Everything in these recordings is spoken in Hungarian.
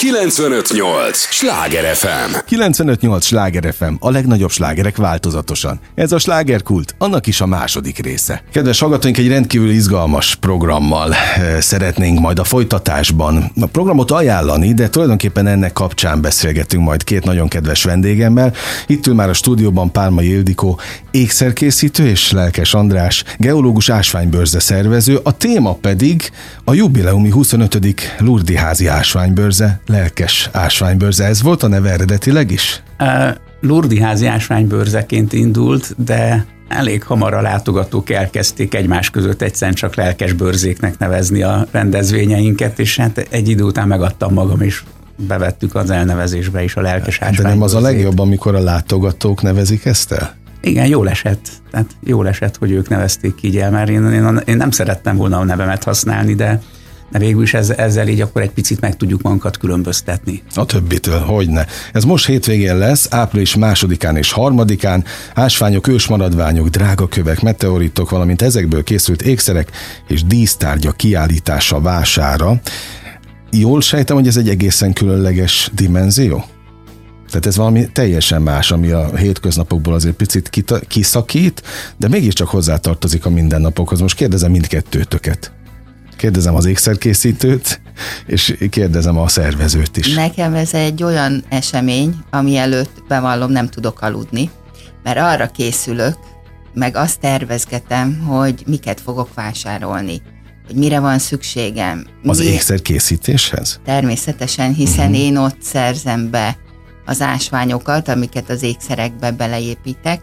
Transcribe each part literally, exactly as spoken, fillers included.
kilencvenöt nyolc Sláger ef em. kilencvenöt nyolc Sláger ef em, a legnagyobb slágerek változatosan. Ez a slágerkult, annak is a második része. Kedves hallgatóink, egy rendkívül izgalmas programmal szeretnénk majd a folytatásban a programot ajánlani, de tulajdonképpen ennek kapcsán beszélgetünk majd két nagyon kedves vendégemmel. Itt ül már a stúdióban Pálmai Ildikó, ékszerkészítő, és Lelkes András, geológus, ásványbörze szervező. A téma pedig a jubileumi huszonötödik Lurdi-házi ásványbörze, Lelkes ásványbörze. Ez volt a neve eredetileg is? Uh, Lurdi-házi ásványbörzeként indult, de elég hamar a látogatók elkezdték egymás között egyszerűen csak lelkes bőrzéknek nevezni a rendezvényeinket, és hát egy idő után megadtam magam, és bevettük az elnevezésbe is a lelkes ásványbőrzét. De nem az a legjobb, amikor a látogatók nevezik ezt el? Igen, jól esett. Tehát jól esett, hogy ők nevezték így el, mert én, én, én nem szerettem volna a nevemet használni, de, de végül is ez, ezzel így akkor egy picit meg tudjuk magunkat különböztetni. A többitől, hogyne. Ez most hétvégén lesz, április másodikán és harmadikán. Ásványok, ősmaradványok, drágakövek, meteoritok, valamint ezekből készült ékszerek és dísztárgya kiállítása, vására. Jól sejtem, hogy ez egy egészen különleges dimenzió? Tehát ez valami teljesen más, ami a hétköznapokból azért picit kita- kiszakít, de mégiscsak hozzátartozik a mindennapokhoz. Most kérdezem mindkettőtöket. Kérdezem az ékszerkészítőt, és kérdezem a szervezőt is. Nekem ez egy olyan esemény, ami előtt bevallom, nem tudok aludni, mert arra készülök, meg azt tervezgetem, hogy miket fogok vásárolni, hogy mire van szükségem. Az Mi... ékszerkészítéshez? Természetesen, hiszen uh-huh. én ott szerzem be az ásványokat, amiket az ékszerekbe beleépítek,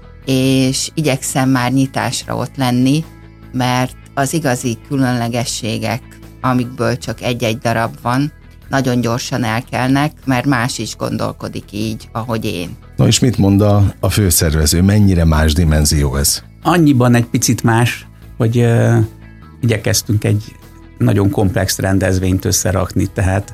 és igyekszem már nyitásra ott lenni, mert az igazi különlegességek, amikből csak egy-egy darab van, nagyon gyorsan elkelnek, mert más is gondolkodik így, ahogy én. Na és mit mond a, a főszervező? Mennyire más dimenzió ez? Annyiban egy picit más, hogy uh, igyekeztünk egy nagyon komplex rendezvényt összerakni, tehát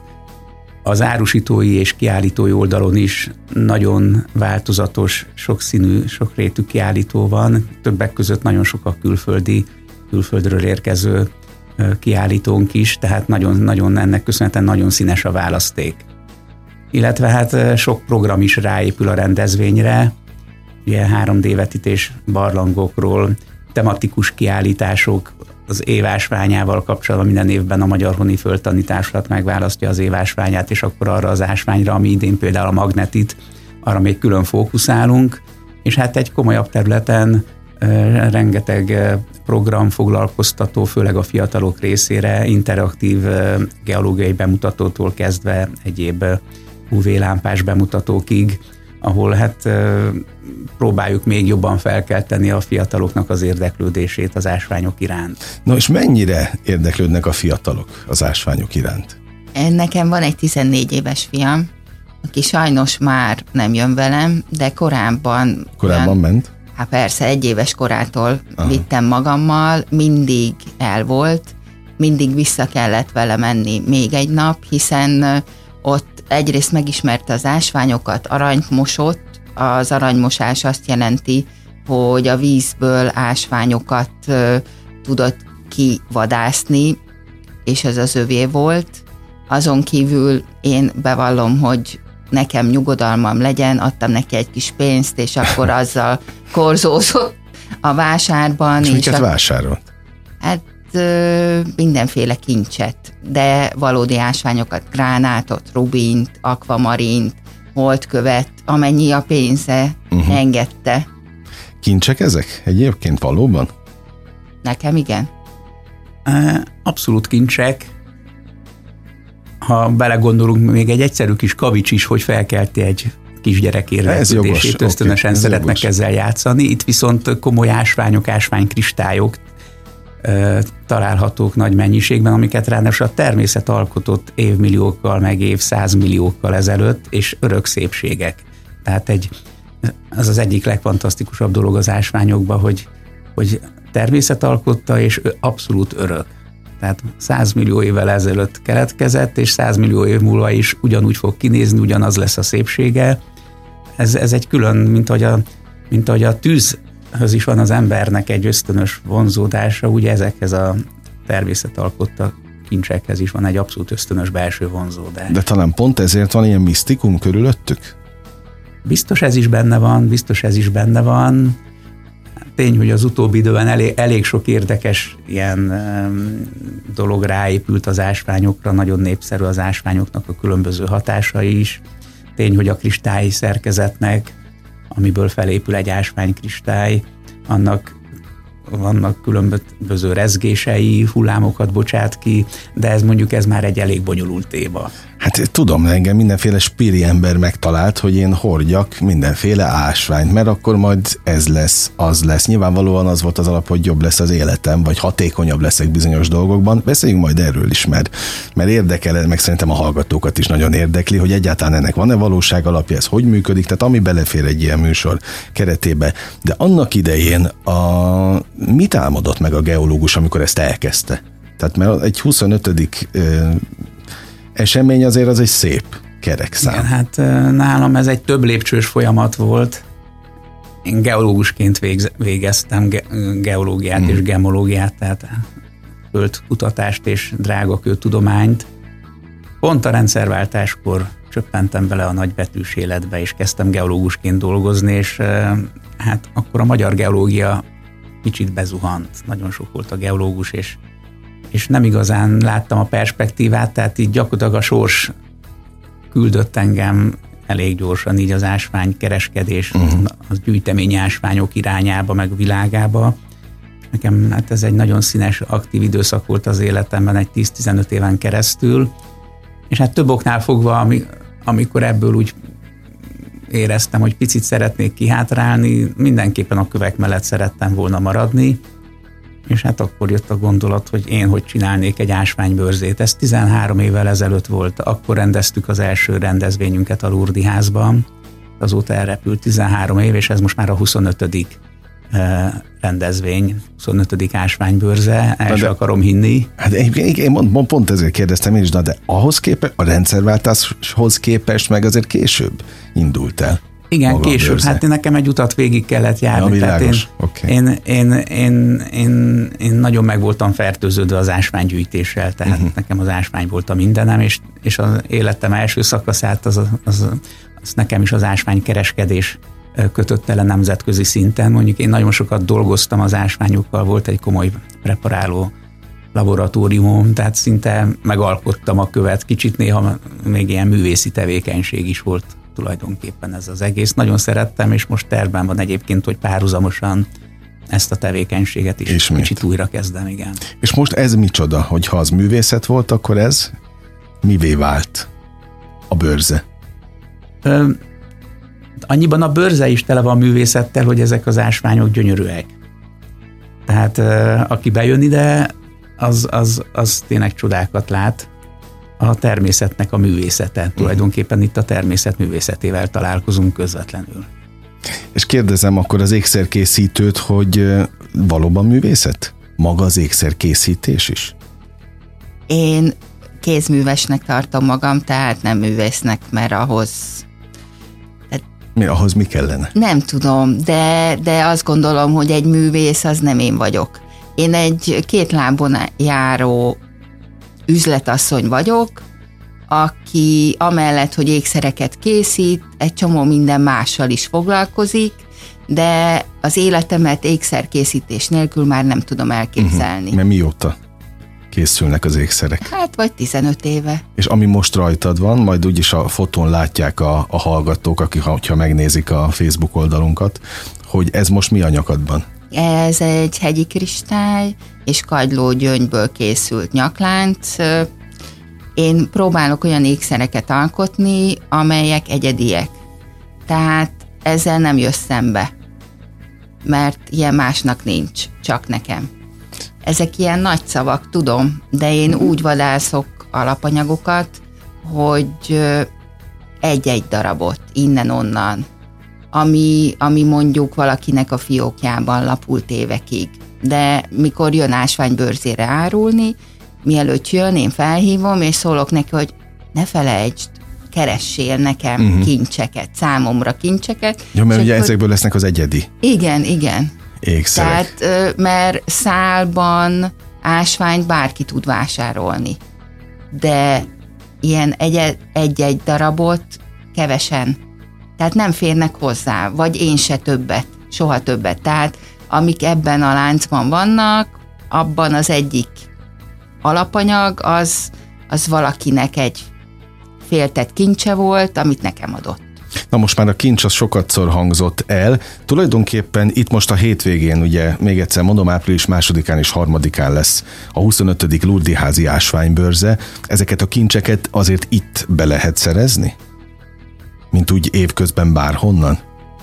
az árusítói és kiállítói oldalon is nagyon változatos, sokszínű, sokrétű kiállító van. Többek között nagyon sok a külföldi, külföldről érkező kiállítónk is, tehát nagyon, nagyon, ennek köszönhetően nagyon színes a választék. Illetve hát sok program is ráépül a rendezvényre, ugye három dé vetítés barlangokról, tematikus kiállítások, az évásványával kapcsolatban minden évben a Magyar Honi Földtani Társulat megválasztja az évásványát, és akkor arra az ásványra, ami idén például a magnetit, arra még külön fókuszálunk, és hát egy komolyabb területen uh, rengeteg uh, program foglalkoztató, főleg a fiatalok részére, interaktív uh, geológiai bemutatótól kezdve egyéb uh, ú vé-lámpás bemutatókig, ahol hát próbáljuk még jobban felkelteni a fiataloknak az érdeklődését az ásványok iránt. Na és mennyire érdeklődnek a fiatalok az ásványok iránt? Nekem van egy tizennégy éves fiam, aki sajnos már nem jön velem, de korábban... Korábban olyan, ment? Hát persze, egy éves korától Aha. vittem magammal, mindig el volt, mindig vissza kellett vele menni még egy nap, hiszen ott egyrészt megismerte az ásványokat, aranyt mosott. Az aranymosás azt jelenti, hogy a vízből ásványokat uh, tudott kivadászni, és ez az övé volt. Azon kívül én bevallom, hogy nekem nyugodalmam legyen, adtam neki egy kis pénzt, és akkor azzal korzózott a vásárban. És, és miket a... vásárolt? Hát mindenféle kincset, de valódi ásványokat, gránátot, rubint, akvamarint, holdkövet, amennyi a pénze uh-huh. engedte. Kincsek ezek egyébként valóban? Nekem igen. Abszolút kincsek. Ha belegondolunk, még egy egyszerű kis kavics is, hogy felkelti egy kisgyerek érdeklődését, ösztönösen okay, szeretnek jogos. Ezzel játszani. Itt viszont komoly ásványok, ásványkristályok találhatók nagy mennyiségben, amiket ráadásul a természet alkotott évmilliókkal, meg évszázmilliókkal ezelőtt, és örök szépségek. Tehát egy, az az egyik legfantasztikusabb dolog az ásványokban, hogy, hogy természet alkotta, és abszolút örök. Tehát százmillió évvel ezelőtt keletkezett, és százmillió év múlva is ugyanúgy fog kinézni, ugyanaz lesz a szépsége. Ez, ez egy külön, mint ahogy a, mint ahogy a tűz höz is van az embernek egy ösztönös vonzódása, ugye ezekhez a természet alkotta kincsekhez is van egy abszolút ösztönös belső vonzódás. De talán pont ezért van ilyen misztikum körülöttük? Biztos ez is benne van, biztos ez is benne van. Tény, hogy az utóbbi időben elég, elég sok érdekes ilyen um, dolog ráépült az ásványokra, nagyon népszerű az ásványoknak a különböző hatásai is. Tény, hogy a kristály szerkezetnek, amiből felépül egy ásványkristály, annak vannak különböző rezgései, hullámokat bocsát ki, de ez mondjuk ez már egy elég bonyolult téma. Hát tudom, engem mindenféle spiri ember megtalált, hogy én hordjak mindenféle ásványt, mert akkor majd ez lesz, az lesz. Nyilvánvalóan az volt az alap, hogy jobb lesz az életem, vagy hatékonyabb leszek bizonyos dolgokban. Beszéljünk majd erről is, mert, mert érdekel, meg szerintem a hallgatókat is nagyon érdekli, hogy egyáltalán ennek van-e valóság alapja, ez hogy működik, tehát ami belefér egy ilyen műsor keretébe. De annak idején a... mit álmodott meg a geológus, amikor ezt elkezdte? Tehát mert egy huszonötödik esemény azért az egy szép kerekszám. Igen, hát nálam ez egy több lépcsős folyamat volt. Én geológusként végz, végeztem ge, geológiát mm. és gemológiát, tehát földkutatást és drágakőtudományt. Pont a rendszerváltáskor csöppentem bele a nagybetűs életbe, és kezdtem geológusként dolgozni, és hát akkor a magyar geológia kicsit bezuhant. Nagyon sok volt a geológus, és és nem igazán láttam a perspektívát, tehát így gyakorlatilag a sors küldött engem elég gyorsan így az ásványkereskedés, uh-huh. az gyűjteményi ásványok irányába, meg világába. Nekem hát ez egy nagyon színes, aktív időszak volt az életemben, egy tíz-tizenöt éven keresztül, és hát több oknál fogva, ami, amikor ebből úgy éreztem, hogy picit szeretnék kihátrálni, mindenképpen a kövek mellett szerettem volna maradni, és hát akkor jött a gondolat, hogy én hogy csinálnék egy ásványbőrzét. Ez tizenhárom évvel ezelőtt volt, akkor rendeztük az első rendezvényünket a Lurdi házban. Azóta elrepült tizenhárom év, és ez most már a huszonötödik rendezvény, huszonötödik ásványbőrze, el sem akarom hinni. Hát én, én mond, pont ezért kérdeztem én is, de ahhoz képest, a rendszerváltáshoz képest meg azért később indult el. Igen, később. Hát nekem egy utat végig kellett járni. Ja, tehát én, okay. én, én, én, én, én nagyon meg voltam fertőződve az ásványgyűjtéssel, tehát uh-huh. nekem az ásvány volt a mindenem, és, és az életem első szakaszát az, az, az nekem is az ásványkereskedés kötötte le nemzetközi szinten. Mondjuk én nagyon sokat dolgoztam az ásványokkal, volt egy komoly preparáló laboratóriumom, tehát szinte megalkottam a követ, kicsit néha még ilyen művészi tevékenység is volt tulajdonképpen ez az egész. Nagyon szerettem, és most tervben van egyébként, hogy párhuzamosan ezt a tevékenységet is Ismét. kicsit újra kezdem, igen. És most ez micsoda? Hogyha az művészet volt, akkor ez mivé vált a bőrze? Ö, annyiban a bőrze is tele van művészettel, hogy ezek az ásványok gyönyörűek. Tehát ö, aki bejön ide, az, az, az tényleg csodákat lát. A természetnek a művészete. Uh-huh. Tulajdonképpen itt a természet művészetével találkozunk közvetlenül. És kérdezem akkor az ékszerkészítőt, hogy valóban művészet? Maga az ékszerkészítés is? Én kézművesnek tartom magam, tehát nem művésznek, mert ahhoz... Mi, ahhoz mi kellene? Nem tudom, de, de azt gondolom, hogy egy művész az nem én vagyok. Én egy két lábon járó üzletasszony vagyok, aki amellett, hogy ékszereket készít, egy csomó minden mással is foglalkozik, de az életemet ékszerkészítés nélkül már nem tudom elképzelni. Uh-huh. Mert mióta készülnek az ékszerek? Hát vagy tizenöt éve. És ami most rajtad van, majd úgyis a fotón látják a, a hallgatók, akik ha megnézik a Facebook oldalunkat, hogy ez most mi a nyakadban? Ez egy hegyi kristály és kagylógyöngyből készült nyaklánc. Én próbálok olyan ékszereket alkotni, amelyek egyediek. Tehát ezzel nem jössz szembe, mert ilyen másnak nincs, csak nekem. Ezek ilyen nagy szavak, tudom, de én úgy vadászok alapanyagokat, hogy egy-egy darabot, innen-onnan, ami, ami mondjuk valakinek a fiókjában lapult évekig. De mikor jön ásványbőrzére árulni, mielőtt jön, én felhívom, és szólok neki, hogy ne felejtsd, keressél nekem uh-huh. kincseket, számomra kincseket. Ja, mert ugye akkor... ezekből lesznek az egyedi. Igen, igen. Ékszerek. Tehát, mert szálban, ásványt bárki tud vásárolni. De ilyen egy- egy-egy darabot kevesen. Tehát nem férnek hozzá, vagy én se többet, soha többet. Tehát amik ebben a láncban vannak, abban az egyik alapanyag, az, az valakinek egy féltett kincse volt, amit nekem adott. Na most már a kincs az sokatszor hangzott el. Tulajdonképpen itt most a hétvégén, ugye még egyszer mondom, április másodikán és harmadikán lesz a huszonötödik Lurdi-házi ásványbörze. Ezeket a kincseket azért itt be lehet szerezni? Mint úgy évközben bárhonnan?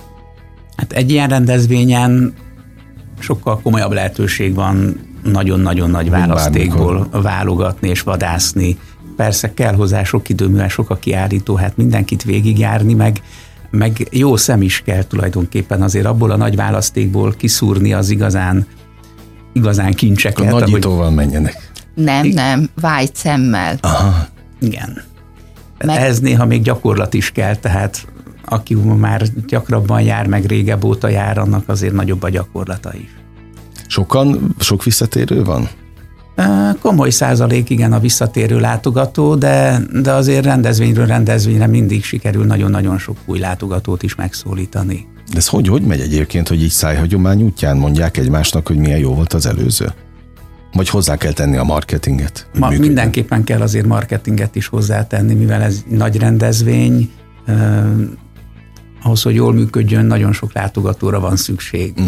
Hát egy ilyen rendezvényen sokkal komolyabb lehetőség van nagyon-nagyon nagy választékból válogatni és vadászni. Persze kell hozzá sok idő, mivel sok a kiállító, hát mindenkit végigjárni, meg, meg jó szem is kell tulajdonképpen azért abból a nagy választékból kiszúrni az igazán, igazán kincseket. A nagyítóval ahogy... menjenek. Nem, nem, vájt szemmel. Aha. Igen. Meg... Ez néha még gyakorlat is kell, tehát aki már gyakrabban jár, meg régebb óta jár, annak azért nagyobb a gyakorlata is. Sokan, sok visszatérő van? Komoly százalék, igen, a visszatérő látogató, de, de azért rendezvényről rendezvényre mindig sikerül nagyon-nagyon sok új látogatót is megszólítani. De ez hogy, hogy megy egyébként, hogy így szájhagyomány útján mondják egymásnak, hogy milyen jó volt az előző? Vagy hozzá kell tenni a marketinget? Ma, mindenképpen kell azért marketinget is hozzátenni, mivel ez nagy rendezvény, eh, ahhoz, hogy jól működjön, nagyon sok látogatóra van szükség. Uh-huh.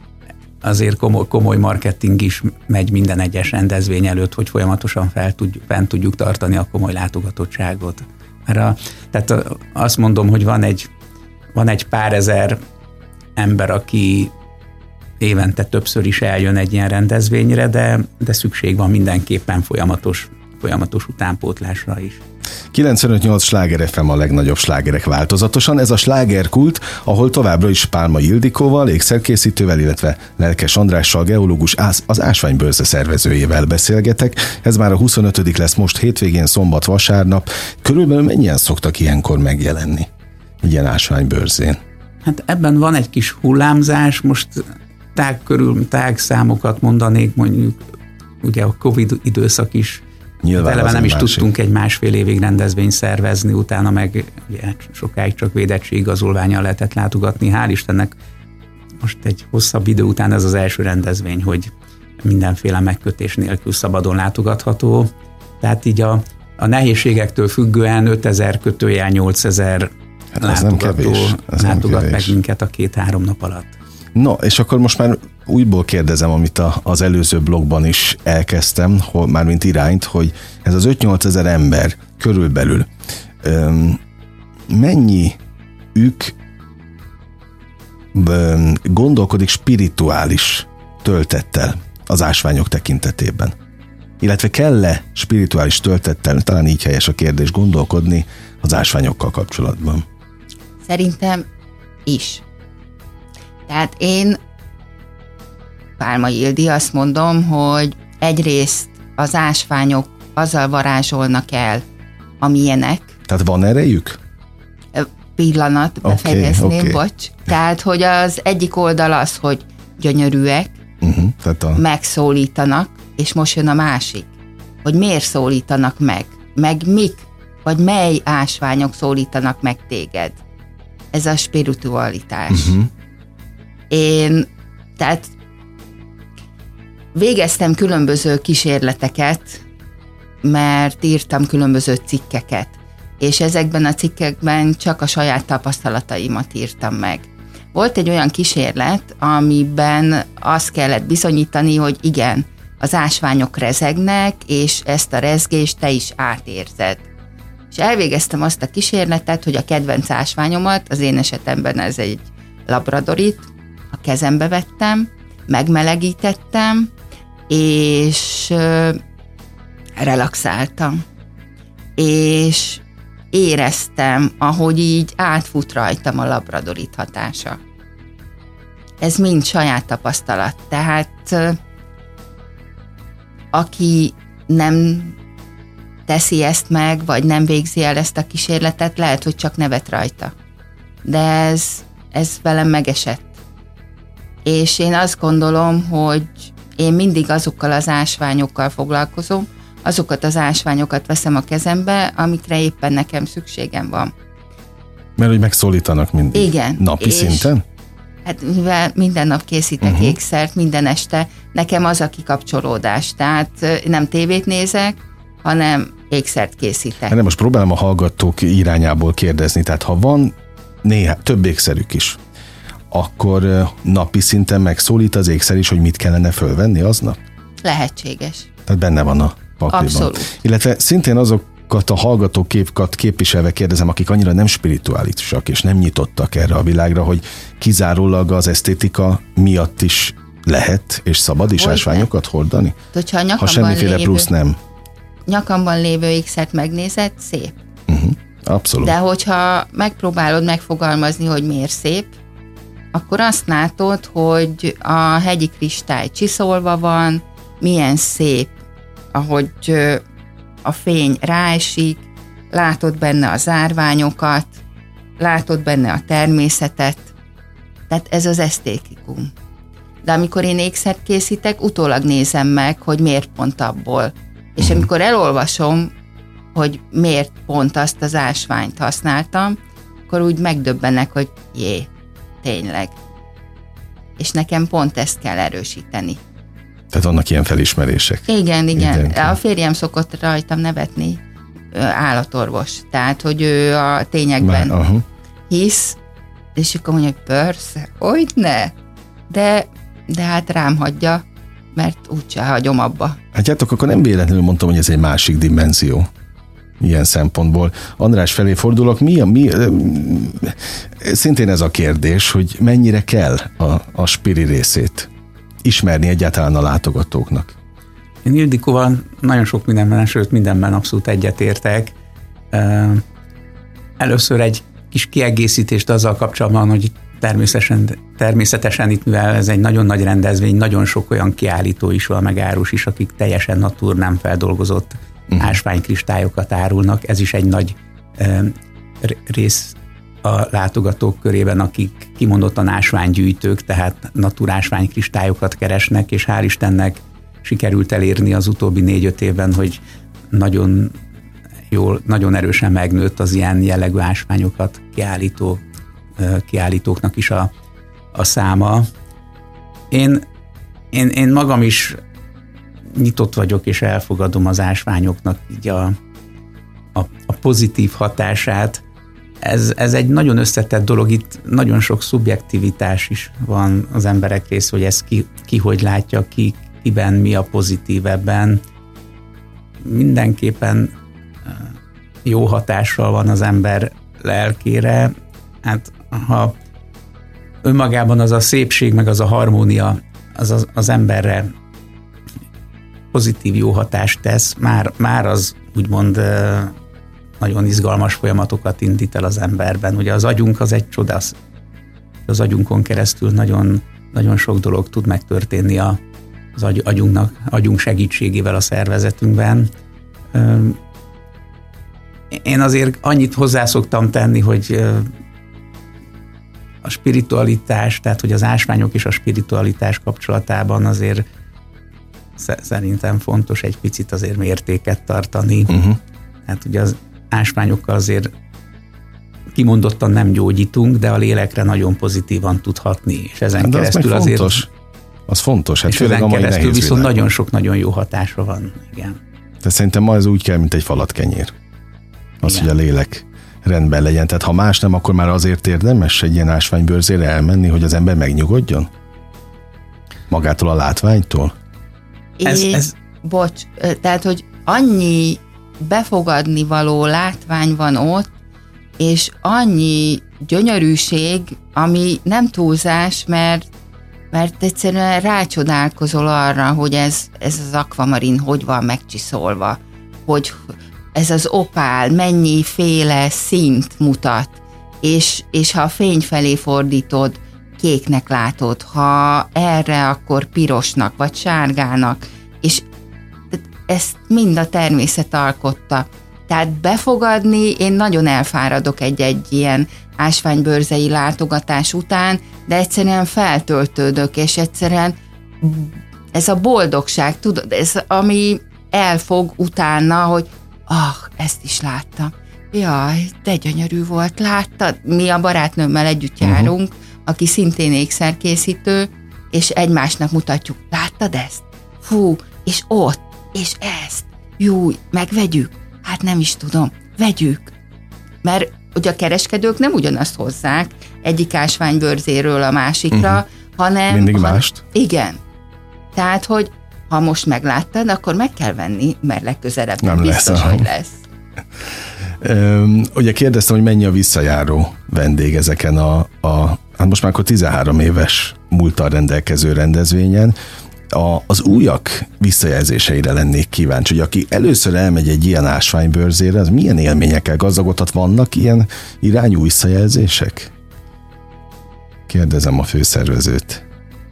Azért komoly, komoly marketing is megy minden egyes rendezvény előtt, hogy folyamatosan fel tudjuk, fent tudjuk tartani a komoly látogatottságot. Mert a, tehát a, azt mondom, hogy van egy, van egy pár ezer ember, aki évente többször is eljön egy ilyen rendezvényre, de, de szükség van mindenképpen folyamatos, folyamatos utánpótlásra is. kilencvenöt nyolc Sláger ef em a legnagyobb slágerek változatosan. Ez a slágerkult, ahol továbbra is Pálmai Ildikóval, ékszerkészítővel, illetve Lelkes Andrással, geológus, az ásványbörze szervezőjével beszélgetek. Ez már a huszonötödik lesz most hétvégén, szombat, vasárnap. Körülbelül mennyien szoktak ilyenkor megjelenni egy ilyen ásványbőrzén? Hát ebben van egy kis hullámzás, most tág körül, tág számokat mondanék, mondjuk ugye a Covid időszak is. Nyilván eleve nem is másik. tudtunk egy másfél évig rendezvényt szervezni, utána meg ugye, sokáig csak védettségi igazolvánnyal lehetett látogatni. Hál' Istennek most egy hosszabb idő után ez az első rendezvény, hogy mindenféle megkötés nélkül szabadon látogatható. Tehát így a, a nehézségektől függően ötezer kötőjel nyolcezer hát látogató látogat meg kevés. minket a két-három nap alatt. No, és akkor most már újból kérdezem, amit a, az előző blogban is elkezdtem, hol, mármint irányt, hogy ez az öt-nyolc ezer ember körülbelül öm, mennyi ők öm, gondolkodik spirituális töltettel az ásványok tekintetében? Illetve kell-e spirituális töltettel, talán így helyes a kérdés, gondolkodni az ásványokkal kapcsolatban? Szerintem is. Tehát én, Pálmai Ildi, azt mondom, hogy egyrészt az ásványok azzal varázsolnak el, amilyenek. Tehát van erejük? Pillanat, befejezném, okay, okay. bocs. Tehát, hogy az egyik oldal az, hogy gyönyörűek, uh-huh, tehát a... megszólítanak, és most jön a másik, hogy miért szólítanak meg, meg mik, vagy mely ásványok szólítanak meg téged. Ez a spiritualitás. Uh-huh. Én, tehát végeztem különböző kísérleteket, mert írtam különböző cikkeket, és ezekben a cikkekben csak a saját tapasztalataimat írtam meg. Volt egy olyan kísérlet, amiben azt kellett bizonyítani, hogy igen, az ásványok rezegnek, és ezt a rezgést te is átérzed. És elvégeztem azt a kísérletet, hogy a kedvenc ásványomat, az én esetemben ez egy labradorit, a kezembe vettem, megmelegítettem, és ö, relaxáltam. És éreztem, ahogy így átfut rajtam a labradorit hatása. Ez mind saját tapasztalat. Tehát ö, aki nem teszi ezt meg, vagy nem végzi el ezt a kísérletet, lehet, hogy csak nevet rajta. De ez, ez velem megesett. És én azt gondolom, hogy én mindig azokkal az ásványokkal foglalkozom, azokat az ásványokat veszem a kezembe, amikre éppen nekem szükségem van. Mert hogy megszólítanak mindig. Igen. Napi szinten? Hát mivel minden nap készítek uh-huh. ékszert, minden este, nekem az a kikapcsolódás. Tehát nem tévét nézek, hanem ékszert készítek. Hát most próbálom a hallgatók irányából kérdezni, tehát ha van néha több ékszerük is, akkor napi szinten megszólít az ékszer is, hogy mit kellene fölvenni aznap? Lehetséges. Tehát benne van a pakliban. Abszolút. Illetve szintén azokat a hallgatóképokat képviselve kérdezem, akik annyira nem spirituálisak és nem nyitottak erre a világra, hogy kizárólag az esztétika miatt is lehet és szabad is ásványokat hordani? Hogyha ha semmiféle lévő, plusz nem. Nyakamban lévő ékszert megnézed, szép. Uh-huh. Abszolút. De hogyha megpróbálod megfogalmazni, hogy miért szép, akkor azt látod, hogy a hegyi kristály csiszolva van, milyen szép, ahogy a fény ráesik, látod benne a zárványokat, látod benne a természetet, tehát ez az esztétikum. De amikor én ékszert készítek, utólag nézem meg, hogy miért pont abból. És amikor elolvasom, hogy miért pont azt az ásványt használtam, akkor úgy megdöbbenek, hogy jé, tényleg. És nekem pont ezt kell erősíteni. Tehát vannak ilyen felismerések. Igen, igen. Mindenki. A férjem szokott rajtam nevetni, állatorvos. Tehát, hogy ő a tényekben Már, uh-huh. hisz, és akkor mondja, hogy persze, hogyne? De, de hát rám hagyja, mert úgyse hagyom abba. Hát játok, akkor nem véletlenül mondtam, hogy ez egy másik dimenzió. Ilyen szempontból. András felé fordulok, mi a, mi, szintén ez a kérdés, hogy mennyire kell a, a spiri részét ismerni egyáltalán a látogatóknak? Én Ildikóval nagyon sok mindenben, sőt mindenben abszolút egyetértek. Először egy kis kiegészítést azzal kapcsolatban, hogy természetesen, természetesen itt, mivel ez egy nagyon nagy rendezvény, nagyon sok olyan kiállító is van, meg árus is, akik teljesen natúr nem feldolgozott uh-huh. ásványkristályokkat árulnak. Ez is egy nagy uh, rész a látogatók körében, akik kimondottan ásványgyűjtők, tehát natúr ásványkristályokkat keresnek, és hál' Istennek sikerült elérni az utóbbi négy-öt évben, hogy nagyon jól, nagyon erősen megnőtt az ilyen jellegű ásványokat kiállító, kiállítóknak is a, a száma. Én, én, én magam is nyitott vagyok, és elfogadom az ásványoknak így a, a, a pozitív hatását. Ez, ez egy nagyon összetett dolog, itt nagyon sok szubjektivitás is van az emberek rész, hogy ezt ki, ki hogy látja, ki, kiben mi a pozitív ebben. Mindenképpen jó hatással van az ember lelkére. Hát ha önmagában az a szépség, meg az a harmónia az, az, az emberre pozitív jó hatást tesz, már, már az úgymond nagyon izgalmas folyamatokat indít el az emberben. Ugye az agyunk az egy csoda, az agyunkon keresztül nagyon, nagyon sok dolog tud megtörténni a, az agy, agyunknak, agyunk segítségével a szervezetünkben. Én azért annyit hozzá szoktam tenni, hogy a spiritualitás, tehát hogy az ásványok és a spiritualitás kapcsolatában azért szerintem fontos egy picit azért mértéket tartani. Uh-huh. Hát ugye az ásványokkal azért kimondottan nem gyógyítunk, de a lélekre nagyon pozitívan tud hatni, és ezen hát keresztül az azért... Fontos. Az fontos, hát és főleg ezen a mai keresztül viszont világ. Nagyon sok, nagyon jó hatása van, igen. De szerintem ma ez úgy kell, mint egy falatkenyér. Az, igen. Hogy a lélek rendben legyen. Tehát ha más nem, akkor már azért érdemes egy ilyen ásványbőrzére elmenni, hogy az ember megnyugodjon? Magától a látványtól? Ez, ez... Bocs, tehát, hogy annyi befogadni való látvány van ott, és annyi gyönyörűség, ami nem túlzás, mert, mert egyszerűen rácsodálkozol arra, hogy ez, ez az akvamarin hogy van megcsiszolva, hogy ez az opál mennyiféle színt mutat, és, és ha a fény felé fordítod, kéknek látod, ha erre, akkor pirosnak, vagy sárgának, és ezt mind a természet alkotta. Tehát befogadni, én nagyon elfáradok egy-egy ilyen ásványbőrzei látogatás után, de egyszerűen feltöltődök, és egyszerűen ez a boldogság, tudod, ez ami elfog utána, hogy ah, ezt is láttam. Jaj, de gyönyörű volt, láttad? Mi a barátnőmmel együtt járunk, uh-huh. aki szintén ékszerkészítő, és egymásnak mutatjuk, láttad ezt? Fú, és ott, és ezt. Júj, megvegyük? Hát nem is tudom, vegyük. Mert ugye a kereskedők nem ugyanazt hozzák egyik ásványbőrzéről a másikra, uh-huh. hanem... Mindig hanem, mást? Igen. Tehát, hogy ha most megláttad, akkor meg kell venni, mert legközelebb nem biztos, lesz, hogy lesz. Üm, ugye kérdeztem, hogy mennyi a visszajáró vendég ezeken a, a hát most már akkor tizenhárom éves múlttal rendelkező rendezvényen. A, az újak visszajelzéseire lennék kíváncsi, hogy aki először elmegy egy ilyen ásványbőrzére, az milyen élményekkel gazdagodhat, vannak ilyen irányú visszajelzések? Kérdezem a főszervezőt.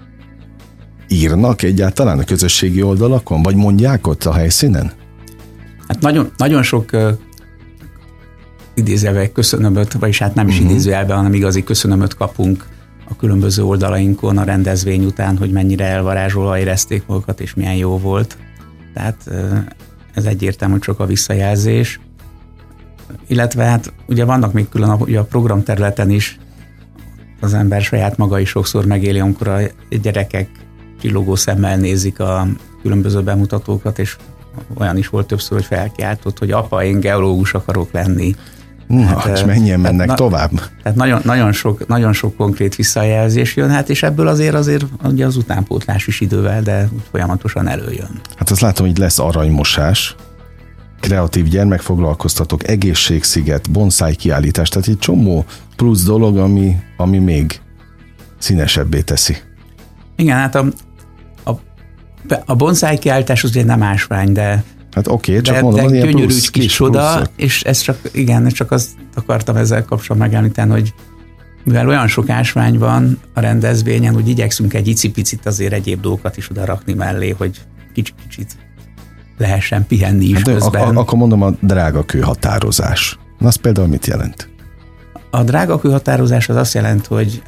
Írnak egyáltalán a közösségi oldalakon, vagy mondják ott a helyszínen? Hát nagyon, nagyon sok uh, idézőjelben köszönömöt, vagyis hát nem is uh-huh. idézőjelben, hanem igazi köszönömöt kapunk a különböző oldalainkon a rendezvény után, hogy mennyire elvarázsolva érezték magukat, és milyen jó volt. Tehát uh, ez egyértelmű csak a visszajelzés. Illetve hát ugye vannak még külön a, ugye a programterületen is, az ember saját maga is sokszor megéli, amikor a gyerekek csillogó szemmel nézik a különböző bemutatókat, és olyan is volt többször, hogy felkiáltott, hogy apa, én geológus akarok lenni. Na, hát, és mennyien mennek na, tovább? Tehát nagyon, nagyon, sok, nagyon sok konkrét visszajelzés jön, hát és ebből azért azért ugye az utánpótlás is idővel, de folyamatosan előjön. Hát azt látom, hogy lesz aranymosás, kreatív gyermekfoglalkoztatók, egészségsziget, bonszáj kiállítás, tehát egy csomó plusz dolog, ami, ami még színesebbé teszi. Igen, hát a, a, a bonszáj kiállítás az ugye nem ásvány, de hát oké, okay, csak de, mondom, de ilyen gyönyörű plusz, kis csoda, és ez csak, igen, csak azt akartam ezzel kapcsolatban megemlíteni, hogy mivel olyan sok ásvány van a rendezvényen, úgy igyekszünk egy icipicit azért egyéb dolgokat is oda rakni mellé, hogy kicsit lehessen pihenni is hát közben. Ak- akkor mondom, a drágakő határozás. Na, az például mit jelent? A drágakő határozás az azt jelent, hogy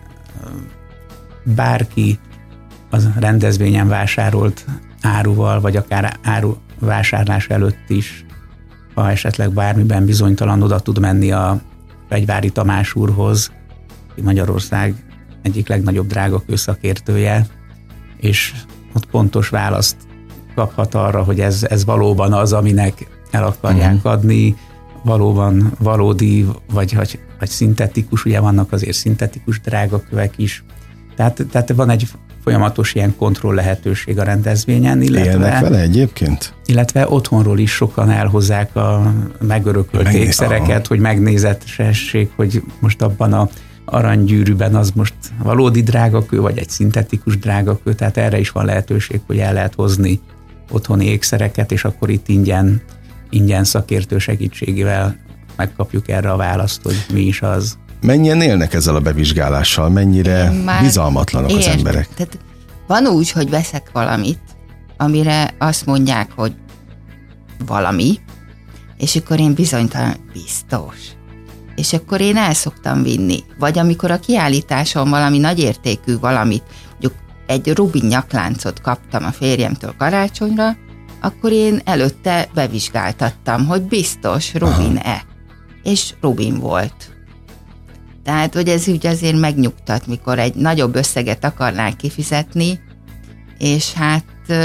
bárki az rendezvényen vásárolt áruval, vagy akár áru vásárlás előtt is, ha esetleg bármiben bizonytalan, oda tud menni a Fegyvári Tamás úrhoz, aki Magyarország egyik legnagyobb drágakő szakértője, és ott pontos választ kaphat arra, hogy ez, ez valóban az, aminek el akarják uh-huh. adni, valóban valódi, vagy, vagy, vagy szintetikus, ugye vannak azért szintetikus drágakövek is. Tehát, tehát van egy folyamatos ilyen kontroll lehetőség a rendezvényen. Illetve, élnek vele egyébként? Illetve otthonról is sokan elhozzák a megörökölt Megnéz, ékszereket, aha. hogy megnézetessék, hogy most abban a aranygyűrűben az most valódi drágakő, vagy egy szintetikus drágakő, tehát erre is van lehetőség, hogy el lehet hozni otthoni ékszereket, és akkor itt ingyen, ingyen szakértő segítségével megkapjuk erre a választ, hogy mi is az. Mennyien élnek ezzel a bevizsgálással? Mennyire bizalmatlanok az emberek? Tehát van úgy, hogy veszek valamit, amire azt mondják, hogy valami, és akkor én bizonytalan, biztos. És akkor én el szoktam vinni. Vagy amikor a kiállításon valami nagyértékű valamit, mondjuk egy rubin nyakláncot kaptam a férjemtől karácsonyra, akkor én előtte bevizsgáltattam, hogy biztos rubin-e. És rubin volt. Tehát, hogy ez úgy azért megnyugtat, mikor egy nagyobb összeget akarnál kifizetni, és hát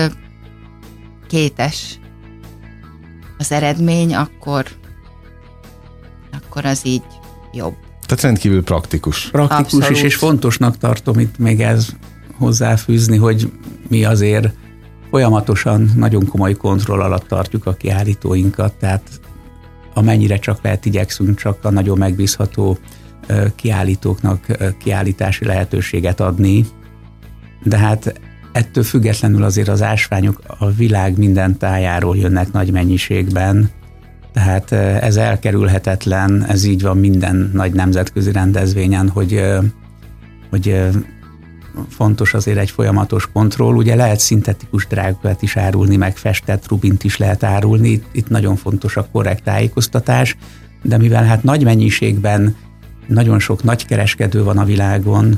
kétes az eredmény, akkor, akkor az így jobb. Tehát rendkívül praktikus. Praktikus Abszolút. is, és fontosnak tartom itt még ez hozzáfűzni, hogy mi azért folyamatosan nagyon komoly kontroll alatt tartjuk a kiállítóinkat, tehát amennyire csak lehet, igyekszünk csak a nagyon megbízható kiállítóknak kiállítási lehetőséget adni, de hát ettől függetlenül azért az ásványok a világ minden tájáról jönnek nagy mennyiségben, tehát ez elkerülhetetlen, ez így van minden nagy nemzetközi rendezvényen, hogy, hogy fontos azért egy folyamatos kontroll. Ugye lehet szintetikus drágakőt is árulni, meg festett rubint is lehet árulni, itt nagyon fontos a korrekt tájékoztatás, de mivel hát nagy mennyiségben nagyon sok nagykereskedő van a világon,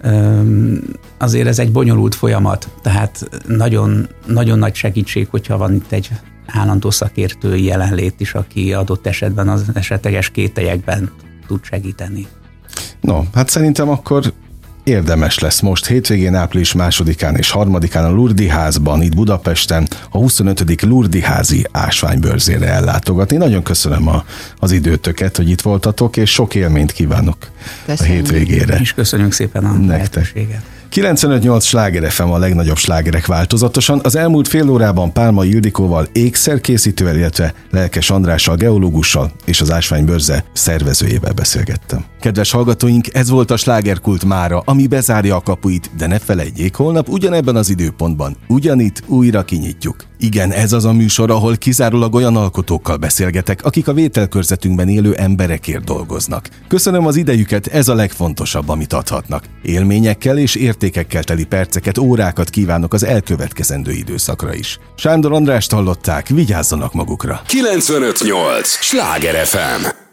azért ez egy bonyolult folyamat, tehát nagyon, nagyon nagy segítség, hogyha van itt egy állandó szakértői jelenlét is, aki adott esetben az esetleges kételyekben tud segíteni. No, hát szerintem akkor érdemes lesz most hétvégén, április másodikán és harmadikán a Lurdi házban, itt Budapesten a huszonötödik Lurdi házi ásványbörzére ellátogatni. Nagyon köszönöm a, az időtöket, hogy itt voltatok, és sok élményt kívánok köszönjük. A hétvégére. És köszönjük szépen a lehetőséget. kilencvenöt nyolc Sláger ef em, a legnagyobb slágerek változatosan. Az elmúlt fél órában Pálmai Ildikóval, ékszerkészítővel, illetve Lelkes Andrással, geológussal és az Ásványbörze szervezőjével beszélgettem. Kedves hallgatóink, ez volt a Slágerkult mára, ami bezárja a kapuit, de ne felejtjék, holnap ugyanebben az időpontban, ugyanitt újra kinyitjuk. Igen, ez az a műsor, ahol kizárólag olyan alkotókkal beszélgetek, akik a vételkörzetünkben élő emberekért dolgoznak. Köszönöm az idejüket, ez a legfontosabb, amit adhatnak. Élményekkel és értékekkel teli perceket, órákat kívánok az elkövetkezendő időszakra is. Sándor Andrást hallották, vigyázzanak magukra! kilencvenöt nyolc Sláger ef em